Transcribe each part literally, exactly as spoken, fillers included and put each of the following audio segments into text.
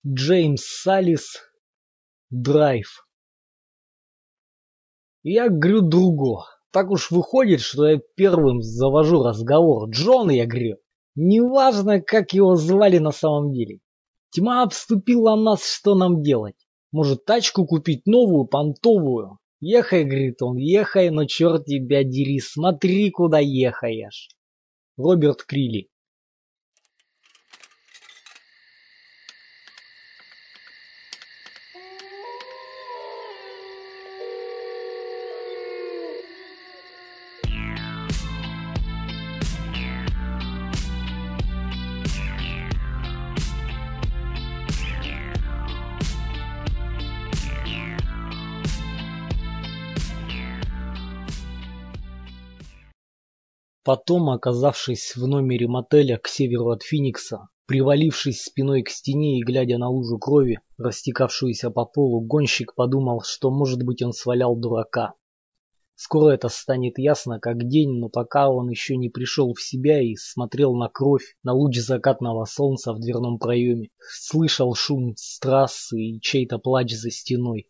Джеймс Саллис, Драйв. Я говорю другу. Так уж выходит, что я первым завожу разговор. Джон, я говорю. Неважно, как его звали на самом деле. Тьма обступила нас, что нам делать? Может, тачку купить новую, понтовую? Ехай, говорит он, ехай, но черт тебя дери, смотри, куда ехаешь. Роберт Крилли. Потом, оказавшись в номере мотеля к северу от Финикса, привалившись спиной к стене и глядя на лужу крови, растекавшуюся по полу, гонщик подумал, что, может быть, он свалял дурака. Скоро это станет ясно, как день, но пока он еще не пришел в себя и смотрел на кровь, на луч закатного солнца в дверном проеме, слышал шум с трассы и чей-то плач за стеной.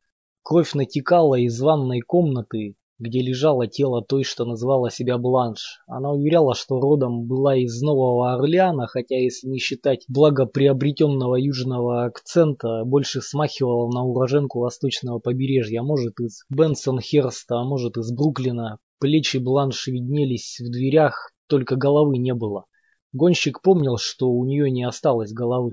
Кровь натекала из ванной комнаты, где лежало тело той, что называла себя Бланш. Она уверяла, что родом была из Нового Орлеана, хотя, если не считать благоприобретенного южного акцента, больше смахивала на уроженку восточного побережья, может, из Бенсон-Херста, а может, из Бруклина. Плечи Бланш виднелись в дверях, только головы не было. Гонщик помнил, что у нее не осталось головы.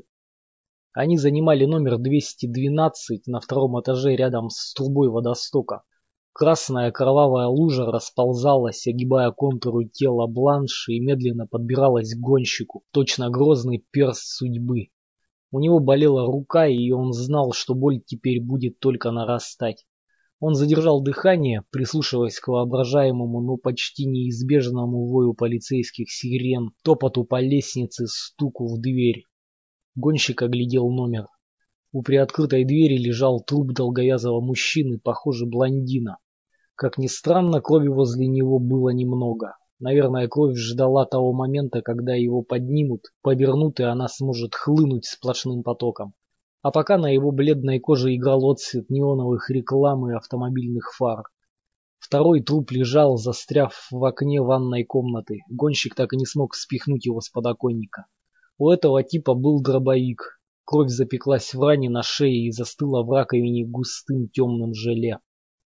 Они занимали номер двести двенадцать на втором этаже рядом с трубой водостока. Красная кровавая лужа расползалась, огибая контуру тела Бланш и медленно подбиралась к гонщику, точно грозный перст судьбы. У него болела рука, и он знал, что боль теперь будет только нарастать. Он задержал дыхание, прислушиваясь к воображаемому, но почти неизбежному вою полицейских сирен, топоту по лестнице, стуку в дверь. Гонщик оглядел номер. У приоткрытой двери лежал труп долговязого мужчины, похоже, блондина. Как ни странно, крови возле него было немного. Наверное, кровь ждала того момента, когда его поднимут, повернут, и она сможет хлынуть сплошным потоком. А пока на его бледной коже играл отсвет неоновых реклам и автомобильных фар. Второй труп лежал, застряв в окне ванной комнаты. Гонщик так и не смог спихнуть его с подоконника. У этого типа был дробовик. Кровь запеклась в ране на шее и застыла в раковине густым темным желе.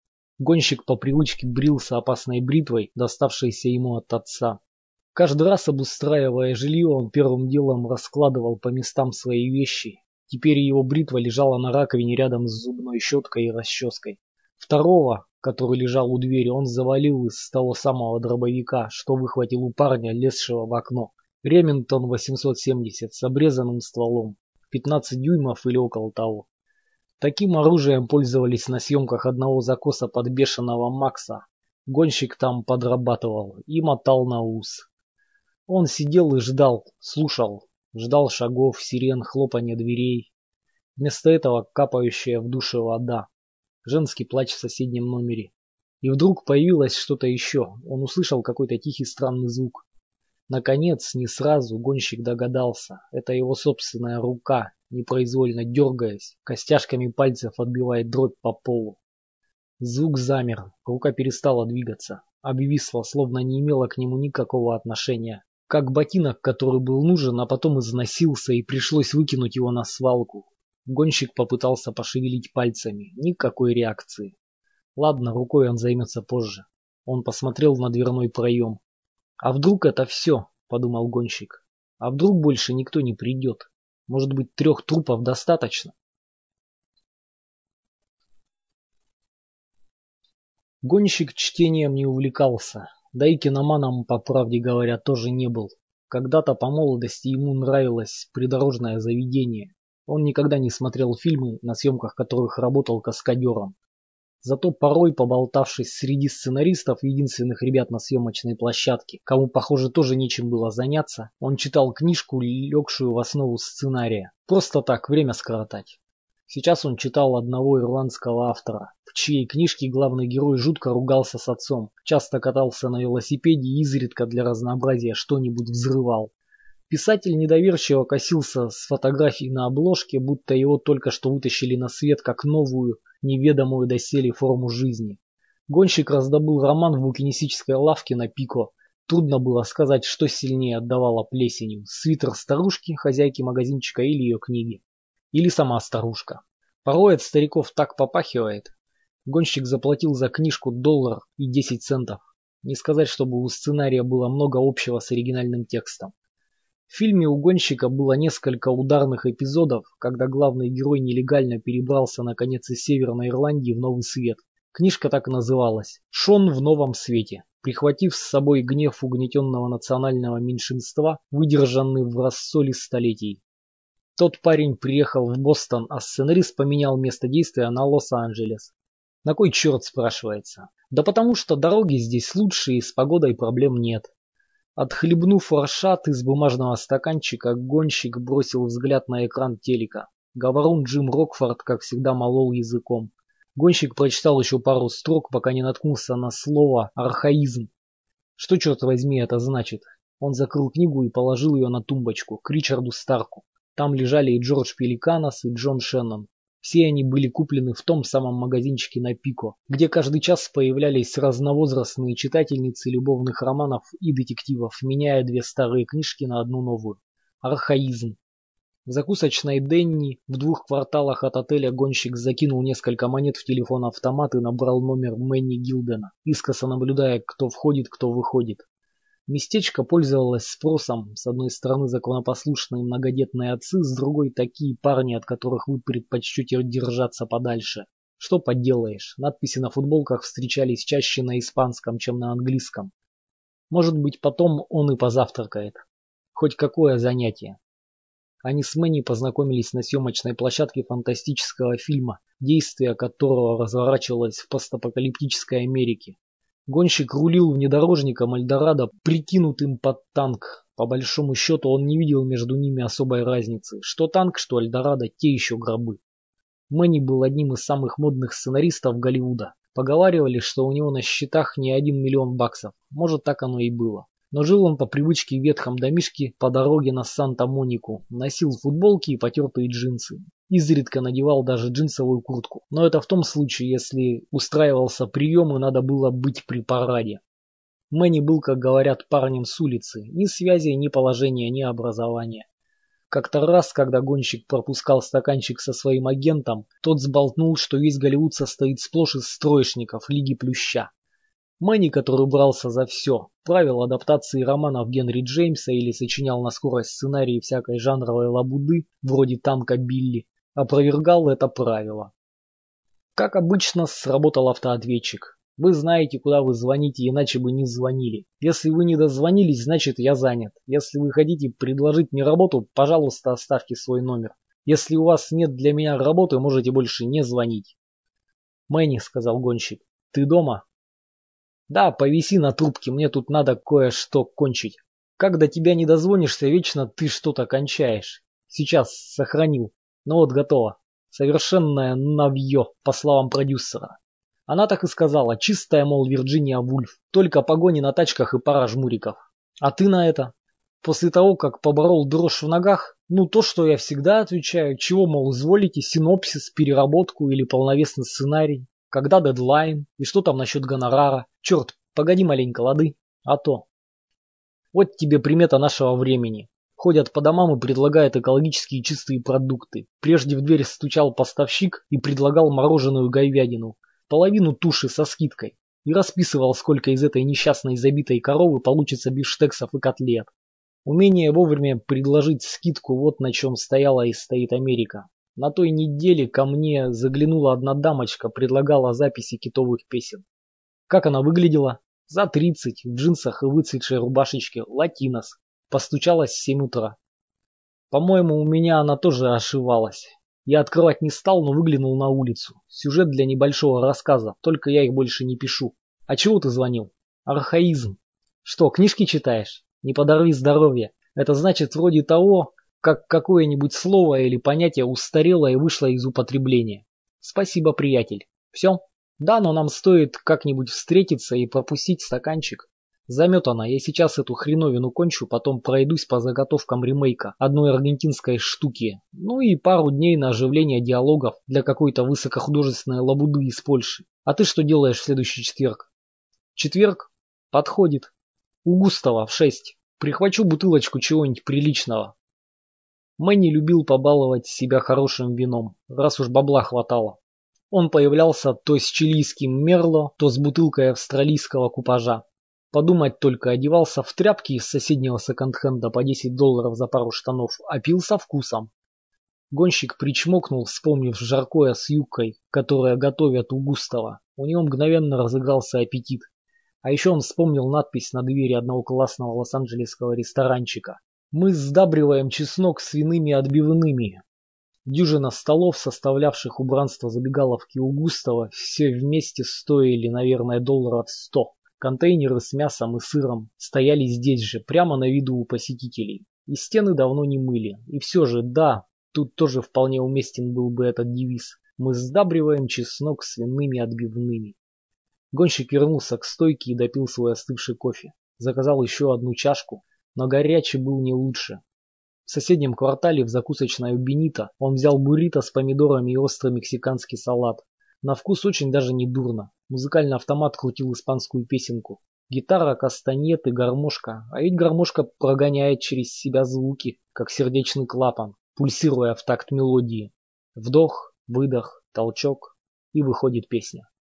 Гонщик по привычке брился опасной бритвой, доставшейся ему от отца. Каждый раз, обустраивая жилье, он первым делом раскладывал по местам свои вещи. Теперь его бритва лежала на раковине рядом с зубной щеткой и расческой. Второго, который лежал у двери, он завалил из того самого дробовика, что выхватил у парня, лезшего в окно. Ремингтон восемьсот семьдесят с обрезанным стволом, пятнадцать дюймов или около того. Таким оружием пользовались на съемках одного закоса под бешеного Макса. Гонщик там подрабатывал и мотал на ус. Он сидел и ждал, слушал, ждал шагов, сирен, хлопанья дверей. Вместо этого капающая в душе вода. Женский плач в соседнем номере. И вдруг появилось что-то еще. Он услышал какой-то тихий странный звук. Наконец, не сразу, гонщик догадался. Это его собственная рука, непроизвольно дергаясь, костяшками пальцев отбивает дробь по полу. Звук замер, рука перестала двигаться, обвисла, словно не имела к нему никакого отношения. Как ботинок, который был нужен, а потом износился и пришлось выкинуть его на свалку. Гонщик попытался пошевелить пальцами. Никакой реакции. Ладно, рукой он займется позже. Он посмотрел на дверной проем. «А вдруг это все?» – подумал гонщик. «А вдруг больше никто не придет? Может быть, трех трупов достаточно?» Гонщик чтением не увлекался, да и киноманом, по правде говоря, тоже не был. Когда-то по молодости ему нравилось придорожное заведение. Он никогда не смотрел фильмы, на съемках которых работал каскадером. Зато порой, поболтавшись среди сценаристов, единственных ребят на съемочной площадке, кому, похоже, тоже нечем было заняться, он читал книжку, легшую в основу сценария. Просто так, время скоротать. Сейчас он читал одного ирландского автора, в чьей книжке главный герой жутко ругался с отцом, часто катался на велосипеде и изредка для разнообразия что-нибудь взрывал. Писатель недоверчиво косился с фотографией на обложке, будто его только что вытащили на свет как новую, неведомую доселе форму жизни. Гонщик раздобыл роман в букинистической лавке на Пико. Трудно было сказать, что сильнее отдавало плесенью: свитер старушки, хозяйки магазинчика, или ее книги. Или сама старушка. Порой от стариков так попахивает. Гонщик заплатил за книжку доллар и десять центов. Не сказать, чтобы у сценария было много общего с оригинальным текстом. В фильме у гонщика было несколько ударных эпизодов, когда главный герой нелегально перебрался наконец из Северной Ирландии в Новый Свет. Книжка так и называлась «Шон в новом свете», прихватив с собой гнев угнетенного национального меньшинства, выдержанный в рассоле столетий. Тот парень приехал в Бостон, а сценарист поменял место действия на Лос-Анджелес. На кой черт, спрашивается? Да потому что дороги здесь лучшие и с погодой проблем нет. Отхлебнув рашат из бумажного стаканчика, гонщик бросил взгляд на экран телека. Говорун Джим Рокфорд, как всегда, молол языком. Гонщик прочитал еще пару строк, пока не наткнулся на слово «архаизм». Что, черт возьми, это значит? Он закрыл книгу и положил ее на тумбочку, к Ричарду Старку. Там лежали и Джордж Пеликанос, и Джон Шеннон. Все они были куплены в том самом магазинчике на Пико, где каждый час появлялись разновозрастные читательницы любовных романов и детективов, меняя две старые книжки на одну новую. Архаизм. В закусочной Денни в двух кварталах от отеля гонщик закинул несколько монет в телефон-автомат и набрал номер Мэнни Гилдена, искоса наблюдая, кто входит, кто выходит. Местечко пользовалось спросом: с одной стороны законопослушные многодетные отцы, с другой такие парни, от которых вы предпочтете держаться подальше. Что поделаешь, надписи на футболках встречались чаще на испанском, чем на английском. Может быть, потом он и позавтракает. Хоть какое занятие. Они с Мэнни познакомились на съемочной площадке фантастического фильма, действие которого разворачивалось в постапокалиптической Америке. Гонщик рулил внедорожником Эльдорадо, прикинутым под танк. По большому счету он не видел между ними особой разницы. Что танк, что Эльдорадо, те еще гробы. Мэнни был одним из самых модных сценаристов Голливуда. Поговаривали, что у него на счетах не один миллион баксов. Может, так оно и было. Но жил он по привычке в ветхом домишке по дороге на Санта-Монику. Носил футболки и потертые джинсы. Изредка надевал даже джинсовую куртку. Но это в том случае, если устраивался прием и надо было быть при параде. Мэнни был, как говорят, парнем с улицы. Ни связи, ни положения, ни образования. Как-то раз, когда гонщик пропускал стаканчик со своим агентом, тот сболтнул, что весь Голливуд состоит сплошь из строечников Лиги Плюща. Мэнни, который брался за все, правил адаптации романов Генри Джеймса или сочинял на скорость сценарии всякой жанровой лабуды, вроде «Танка Билли», опровергал это правило. Как обычно, сработал автоответчик. Вы знаете, куда вы звоните, иначе бы не звонили. Если вы не дозвонились, значит я занят. Если вы хотите предложить мне работу, пожалуйста, оставьте свой номер. Если у вас нет для меня работы, можете больше не звонить. Мэнни, сказал гонщик, ты дома? Да, повиси на трубке, мне тут надо кое-что кончить. Как до тебя не дозвонишься, вечно ты что-то кончаешь. Сейчас сохранил. Ну вот, готово. Совершенное навье, по словам продюсера. Она так и сказала, чистая, мол, Вирджиния Вульф. Только погони на тачках и пара жмуриков. А ты на это? После того, как поборол дрожь в ногах, ну то, что я всегда отвечаю, чего, мол, изволите, синопсис, переработку или полновесный сценарий. Когда дедлайн? И что там насчет гонорара? Черт, погоди маленько, лады? А то. Вот тебе примета нашего времени. Ходят по домам и предлагают экологические чистые продукты. Прежде в дверь стучал поставщик и предлагал мороженую говядину. Половину туши со скидкой. И расписывал, сколько из этой несчастной забитой коровы получится бифштексов и котлет. Умение вовремя предложить скидку, вот на чем стояла и стоит Америка. На той неделе ко мне заглянула одна дамочка, предлагала записи китовых песен. Как она выглядела? За тридцать, в джинсах и выцветшей рубашечке, латинос. Постучалась в семь утра. По-моему, у меня она тоже ошивалась. Я открывать не стал, но выглянул на улицу. Сюжет для небольшого рассказа, только я их больше не пишу. А чего ты звонил? Архаизм. Что, книжки читаешь? Не подорви здоровье. Это значит вроде того, как какое-нибудь слово или понятие устарело и вышло из употребления. Спасибо, приятель. Все? Да, но нам стоит как-нибудь встретиться и пропустить стаканчик. Заметана, я сейчас эту хреновину кончу, потом пройдусь по заготовкам ремейка одной аргентинской штуки. Ну и пару дней на оживление диалогов для какой-то высокохудожественной лабуды из Польши. А ты что делаешь в следующий четверг? Четверг? Подходит. У Густава в шесть. Прихвачу бутылочку чего-нибудь приличного. Мэнни любил побаловать себя хорошим вином, раз уж бабла хватало. Он появлялся то с чилийским мерло, то с бутылкой австралийского купажа. Подумать только, одевался в тряпки из соседнего секонд-хенда по десять долларов за пару штанов, а пил со вкусом. Гонщик причмокнул, вспомнив жаркое с юбкой, которое готовят у Густава. У него мгновенно разыгрался аппетит. А еще он вспомнил надпись на двери одного классного лос-анджелесского ресторанчика. «Мы сдабриваем чеснок свиными отбивными». Дюжина столов, составлявших убранство забегаловки у Густава, все вместе стоили, наверное, долларов сто. Контейнеры с мясом и сыром стояли здесь же, прямо на виду у посетителей. И стены давно не мыли. И все же, да, тут тоже вполне уместен был бы этот девиз. Мы сдабриваем чеснок свиными отбивными. Гонщик вернулся к стойке и допил свой остывший кофе. Заказал еще одну чашку, но горячий был не лучше. В соседнем квартале в закусочной у Бенита он взял буррито с помидорами и острый мексиканский салат. На вкус очень даже не дурно. Музыкальный автомат крутил испанскую песенку. Гитара, кастаньет и гармошка. А ведь гармошка прогоняет через себя звуки, как сердечный клапан, пульсируя в такт мелодии. Вдох, выдох, толчок, и выходит песня.